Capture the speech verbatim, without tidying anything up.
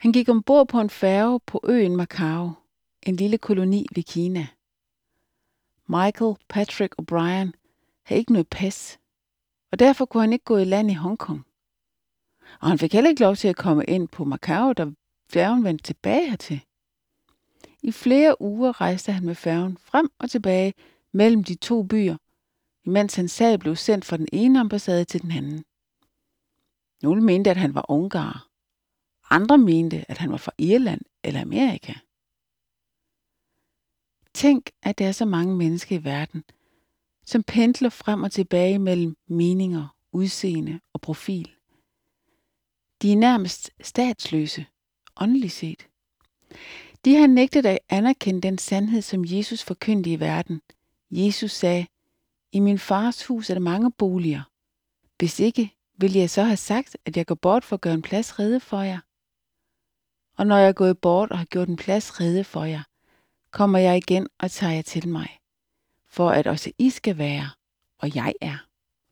Han gik ombord på en færge på øen Macau, en lille koloni ved Kina. Michael Patrick O'Brien havde ikke noget pas, og derfor kunne han ikke gå i land i Hongkong. Og han fik heller ikke lov til at komme ind på Macau, da færgen vendte tilbage hertil. I flere uger rejste han med færgen frem og tilbage mellem de to byer, imens hans sag blev sendt fra den ene ambassade til den anden. Nogle mente, at han var ungarer. Andre mente, at han var fra Irland eller Amerika. Tænk, at der er så mange mennesker i verden, som pendler frem og tilbage mellem meninger, udseende og profil. De er nærmest statsløse, åndeligt set. De har nægtet at anerkende den sandhed, som Jesus forkyndte i verden. Jesus sagde, i min fars hus er der mange boliger. Hvis ikke, vil jeg så have sagt, at jeg går bort for at gøre en plads rede for jer. Og når jeg er gået bort og har gjort en plads rede for jer, kommer jeg igen og tager jer til mig, for at også I skal være, og jeg er.